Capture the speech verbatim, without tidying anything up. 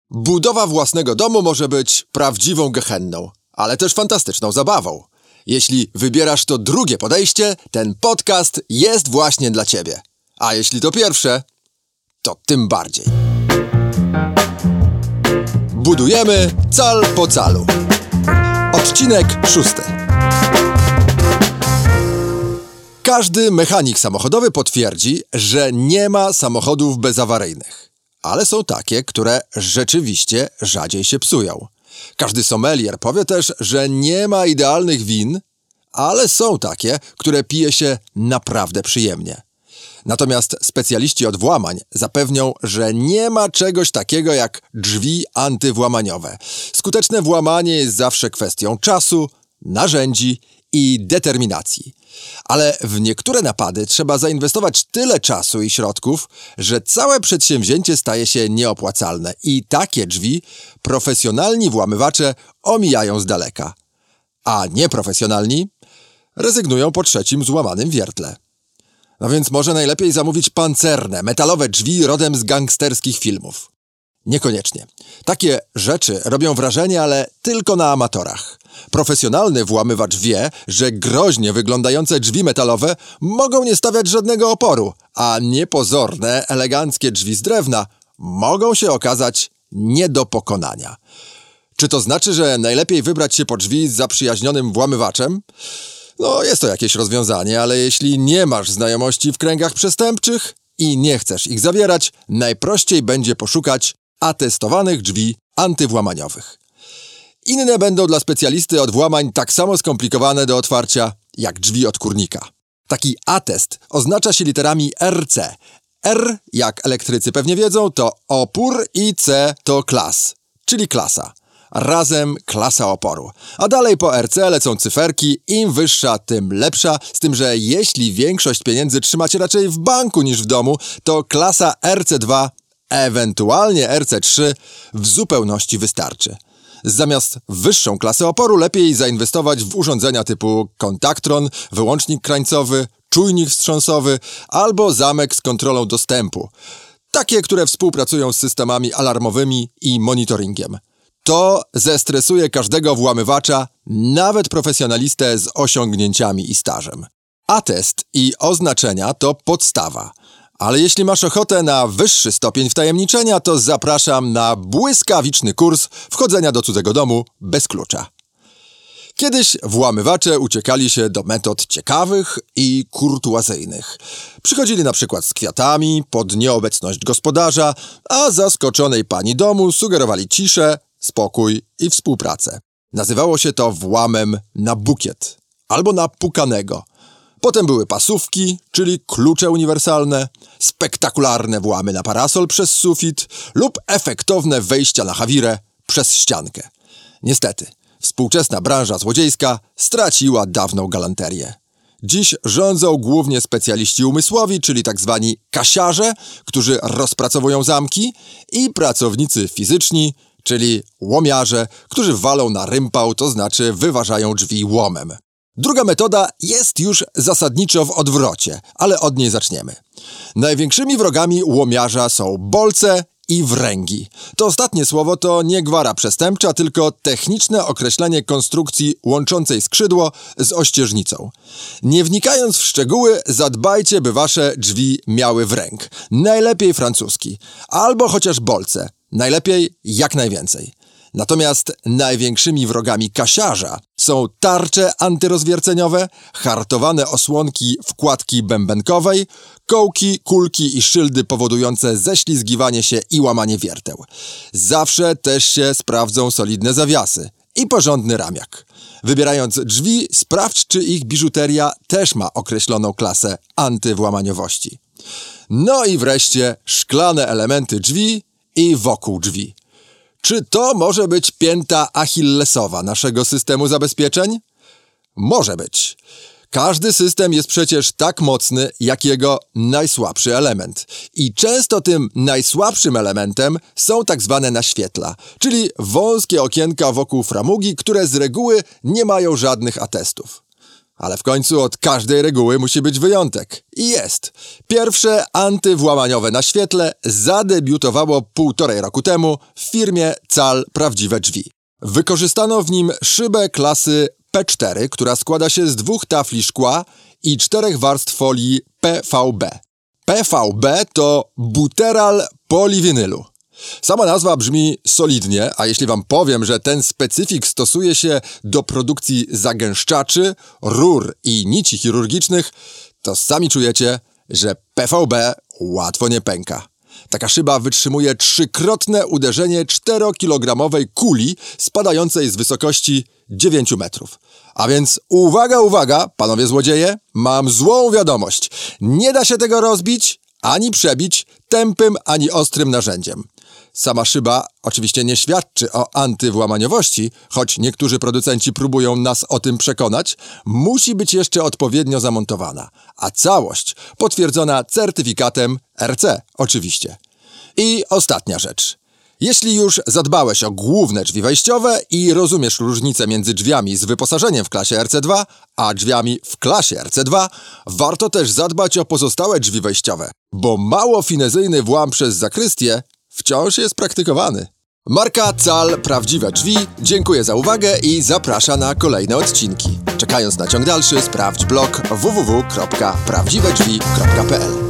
Budowa własnego domu może być prawdziwą gehenną, ale też fantastyczną zabawą. Jeśli wybierasz to drugie podejście, ten podcast jest właśnie dla Ciebie. A jeśli to pierwsze, to tym bardziej. Budujemy cal po calu. Odcinek szósty. Każdy mechanik samochodowy potwierdzi, że nie ma samochodów bezawaryjnych. Ale są takie, które rzeczywiście rzadziej się psują. Każdy sommelier powie też, że nie ma idealnych win, ale są takie, które pije się naprawdę przyjemnie. Natomiast specjaliści od włamań zapewnią, że nie ma czegoś takiego jak drzwi antywłamaniowe. Skuteczne włamanie jest zawsze kwestią czasu, narzędzi i determinacji. Ale w niektóre napady trzeba zainwestować tyle czasu i środków, że całe przedsięwzięcie staje się nieopłacalne i takie drzwi profesjonalni włamywacze omijają z daleka. A nieprofesjonalni rezygnują po trzecim złamanym wiertle. No więc może najlepiej zamówić pancerne, metalowe drzwi rodem z gangsterskich filmów. Niekoniecznie. Takie rzeczy robią wrażenie, ale tylko na amatorach. Profesjonalny włamywacz wie, że groźnie wyglądające drzwi metalowe mogą nie stawiać żadnego oporu, a niepozorne, eleganckie drzwi z drewna mogą się okazać nie do pokonania. Czy to znaczy, że najlepiej wybrać się po drzwi z zaprzyjaźnionym włamywaczem? No, jest to jakieś rozwiązanie, ale jeśli nie masz znajomości w kręgach przestępczych i nie chcesz ich zawierać, najprościej będzie poszukać atestowanych drzwi antywłamaniowych. Inne będą dla specjalisty od włamań tak samo skomplikowane do otwarcia jak drzwi od kurnika. Taki atest oznacza się literami R C. R, jak elektrycy pewnie wiedzą, to opór i C to class, czyli klasa. Razem klasa oporu. A dalej po R C lecą cyferki, im wyższa, tym lepsza, z tym, że jeśli większość pieniędzy trzymacie raczej w banku niż w domu, to klasa R C dwa, ewentualnie R C trzy w zupełności wystarczy. Zamiast wyższą klasę oporu lepiej zainwestować w urządzenia typu kontaktron, wyłącznik krańcowy, czujnik wstrząsowy albo zamek z kontrolą dostępu. Takie, które współpracują z systemami alarmowymi i monitoringiem. To zestresuje każdego włamywacza, nawet profesjonalistę z osiągnięciami i stażem. Atest i oznaczenia to podstawa. Ale jeśli masz ochotę na wyższy stopień wtajemniczenia, to zapraszam na błyskawiczny kurs wchodzenia do cudzego domu bez klucza. Kiedyś włamywacze uciekali się do metod ciekawych i kurtuazyjnych. Przychodzili na przykład z kwiatami pod nieobecność gospodarza, a zaskoczonej pani domu sugerowali ciszę, spokój i współpracę. Nazywało się to włamem na bukiet albo na pukanego. Potem były pasówki, czyli klucze uniwersalne, spektakularne włamy na parasol przez sufit lub efektowne wejścia na chawirę przez ściankę. Niestety, współczesna branża złodziejska straciła dawną galanterię. Dziś rządzą głównie specjaliści umysłowi, czyli tak zwani kasiarze, którzy rozpracowują zamki, i pracownicy fizyczni, czyli łomiarze, którzy walą na rympał, to znaczy wyważają drzwi łomem. Druga metoda jest już zasadniczo w odwrocie, ale od niej zaczniemy. Największymi wrogami łomiarza są bolce i wręgi. To ostatnie słowo to nie gwara przestępcza, tylko techniczne określenie konstrukcji łączącej skrzydło z ościeżnicą. Nie wnikając w szczegóły, zadbajcie, by wasze drzwi miały wręg. Najlepiej francuski, albo chociaż bolce. Najlepiej jak najwięcej. Natomiast największymi wrogami kasiarza są tarcze antyrozwierceniowe, hartowane osłonki wkładki bębenkowej, kołki, kulki i szyldy powodujące ześlizgiwanie się i łamanie wierteł. Zawsze też się sprawdzą solidne zawiasy i porządny ramiak. Wybierając drzwi, sprawdź, czy ich biżuteria też ma określoną klasę antywłamaniowości. No i wreszcie szklane elementy drzwi i wokół drzwi. Czy to może być pięta achillesowa naszego systemu zabezpieczeń? Może być. Każdy system jest przecież tak mocny, jak jego najsłabszy element. I często tym najsłabszym elementem są tak zwane naświetla, czyli wąskie okienka wokół framugi, które z reguły nie mają żadnych atestów. Ale w końcu od każdej reguły musi być wyjątek. I jest. Pierwsze antywłamaniowe na świetle zadebiutowało półtorej roku temu w firmie Cal Prawdziwe Drzwi. Wykorzystano w nim szybę klasy P cztery, która składa się z dwóch tafli szkła i czterech warstw folii P V B. P V B to buteral poliwinylu. Sama nazwa brzmi solidnie, a jeśli wam powiem, że ten specyfik stosuje się do produkcji zagęszczaczy, rur i nici chirurgicznych, to sami czujecie, że P V B łatwo nie pęka. Taka szyba wytrzymuje trzykrotne uderzenie czterokilogramowej kuli spadającej z wysokości dziewięciu metrów. A więc uwaga, uwaga, panowie złodzieje, mam złą wiadomość. Nie da się tego rozbić ani przebić tępym ani ostrym narzędziem. Sama szyba oczywiście nie świadczy o antywłamaniowości, choć niektórzy producenci próbują nas o tym przekonać, musi być jeszcze odpowiednio zamontowana, a całość potwierdzona certyfikatem R C oczywiście. I ostatnia rzecz. Jeśli już zadbałeś o główne drzwi wejściowe i rozumiesz różnicę między drzwiami z wyposażeniem w klasie R C dwa, a drzwiami w klasie R C dwa, warto też zadbać o pozostałe drzwi wejściowe, bo mało finezyjny włam przez zakrystię wciąż jest praktykowany. Marka Cal Prawdziwe Drzwi dziękuję za uwagę i zaprasza na kolejne odcinki. Czekając na ciąg dalszy, sprawdź blog w w w kropka prawdziwe drzwi kropka p l.